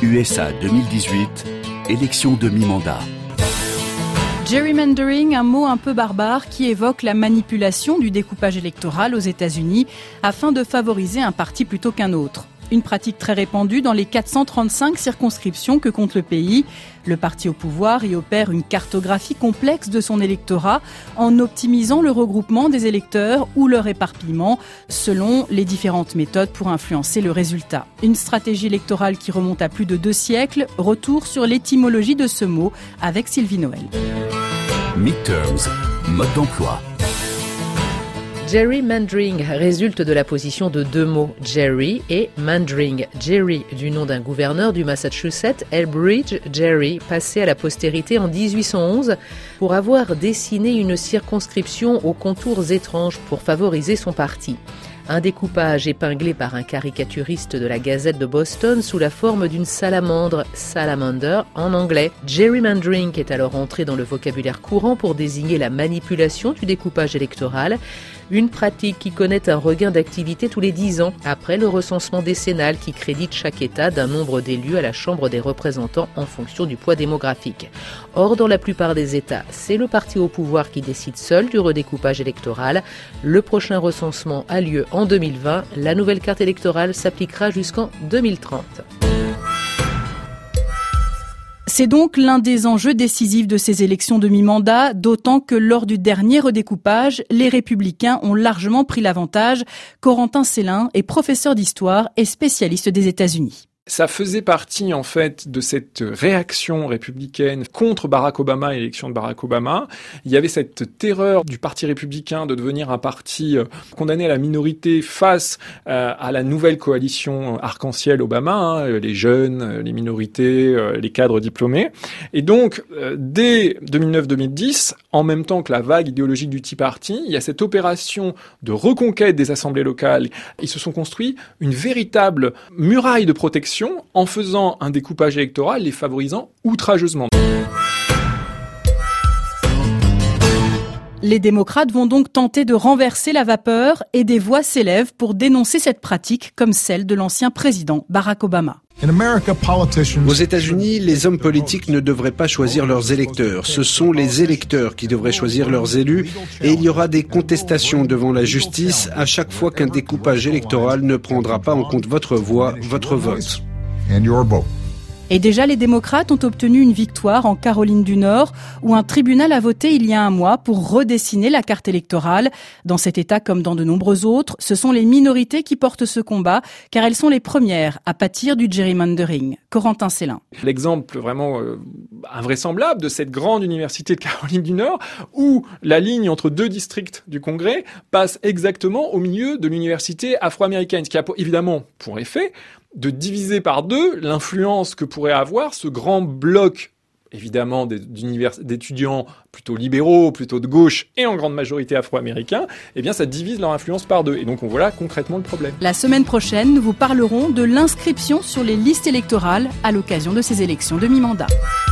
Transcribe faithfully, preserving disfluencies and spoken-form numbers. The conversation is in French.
U S A deux mille dix-huit, élection de mi-mandat. Gerrymandering, un mot un peu barbare qui évoque la manipulation du découpage électoral aux États-Unis afin de favoriser un parti plutôt qu'un autre. Une pratique très répandue dans les quatre cent trente-cinq circonscriptions que compte le pays. Le parti au pouvoir y opère une cartographie complexe de son électorat en optimisant le regroupement des électeurs ou leur éparpillement selon les différentes méthodes pour influencer le résultat. Une stratégie électorale qui remonte à plus de deux siècles. Retour sur l'étymologie de ce mot avec Sylvie Noël. Midterms, mode d'emploi. Gerrymandering résulte de la position de deux mots, gerry et mandering. Gerry, du nom d'un gouverneur du Massachusetts, Elbridge Gerry, passé à la postérité en dix-huit cent onze pour avoir dessiné une circonscription aux contours étranges pour favoriser son parti. Un découpage épinglé par un caricaturiste de la Gazette de Boston sous la forme d'une salamandre, salamander en anglais. Gerrymandering est alors entré dans le vocabulaire courant pour désigner la manipulation du découpage électoral, une pratique qui connaît un regain d'activité tous les dix ans, après le recensement décennal qui crédite chaque État d'un nombre d'élus à la Chambre des représentants en fonction du poids démographique. Or, dans la plupart des États, c'est le parti au pouvoir qui décide seul du redécoupage électoral. Le prochain recensement a lieu en deux mille vingt. La nouvelle carte électorale s'appliquera jusqu'en deux mille trente. C'est donc l'un des enjeux décisifs de ces élections de mi-mandat, d'autant que lors du dernier redécoupage, les Républicains ont largement pris l'avantage. Corentin Célin est professeur d'histoire et spécialiste des États-Unis. Ça faisait partie, en fait, de cette réaction républicaine contre Barack Obama et l'élection de Barack Obama. Il y avait cette terreur du Parti républicain de devenir un parti condamné à la minorité face euh, à la nouvelle coalition arc-en-ciel Obama, hein, les jeunes, les minorités, euh, les cadres diplômés. Et donc, euh, dès deux mille neuf deux mille dix, en même temps que la vague idéologique du Tea Party, il y a cette opération de reconquête des assemblées locales. Ils se sont construits une véritable muraille de protection en faisant un découpage électoral les favorisant outrageusement. Les démocrates vont donc tenter de renverser la vapeur et des voix s'élèvent pour dénoncer cette pratique comme celle de l'ancien président Barack Obama. Aux États-Unis, les hommes politiques ne devraient pas choisir leurs électeurs. Ce sont les électeurs qui devraient choisir leurs élus et il y aura des contestations devant la justice à chaque fois qu'un découpage électoral ne prendra pas en compte votre voix, votre vote. Et déjà, les démocrates ont obtenu une victoire en Caroline du Nord, où un tribunal a voté il y a un mois pour redessiner la carte électorale. Dans cet État, comme dans de nombreux autres, ce sont les minorités qui portent ce combat, car elles sont les premières à pâtir du gerrymandering. Corentin Célin. L'exemple vraiment euh, invraisemblable de cette grande université de Caroline du Nord, où la ligne entre deux districts du Congrès passe exactement au milieu de l'université afro-américaine, ce qui a évidemment pour effet de diviser par deux l'influence que pourrait avoir ce grand bloc, évidemment, d'étudiants plutôt libéraux, plutôt de gauche et en grande majorité afro-américains. Eh bien, ça divise leur influence par deux. Et donc, on voit là concrètement le problème. La semaine prochaine, nous vous parlerons de l'inscription sur les listes électorales à l'occasion de ces élections de mi-mandat.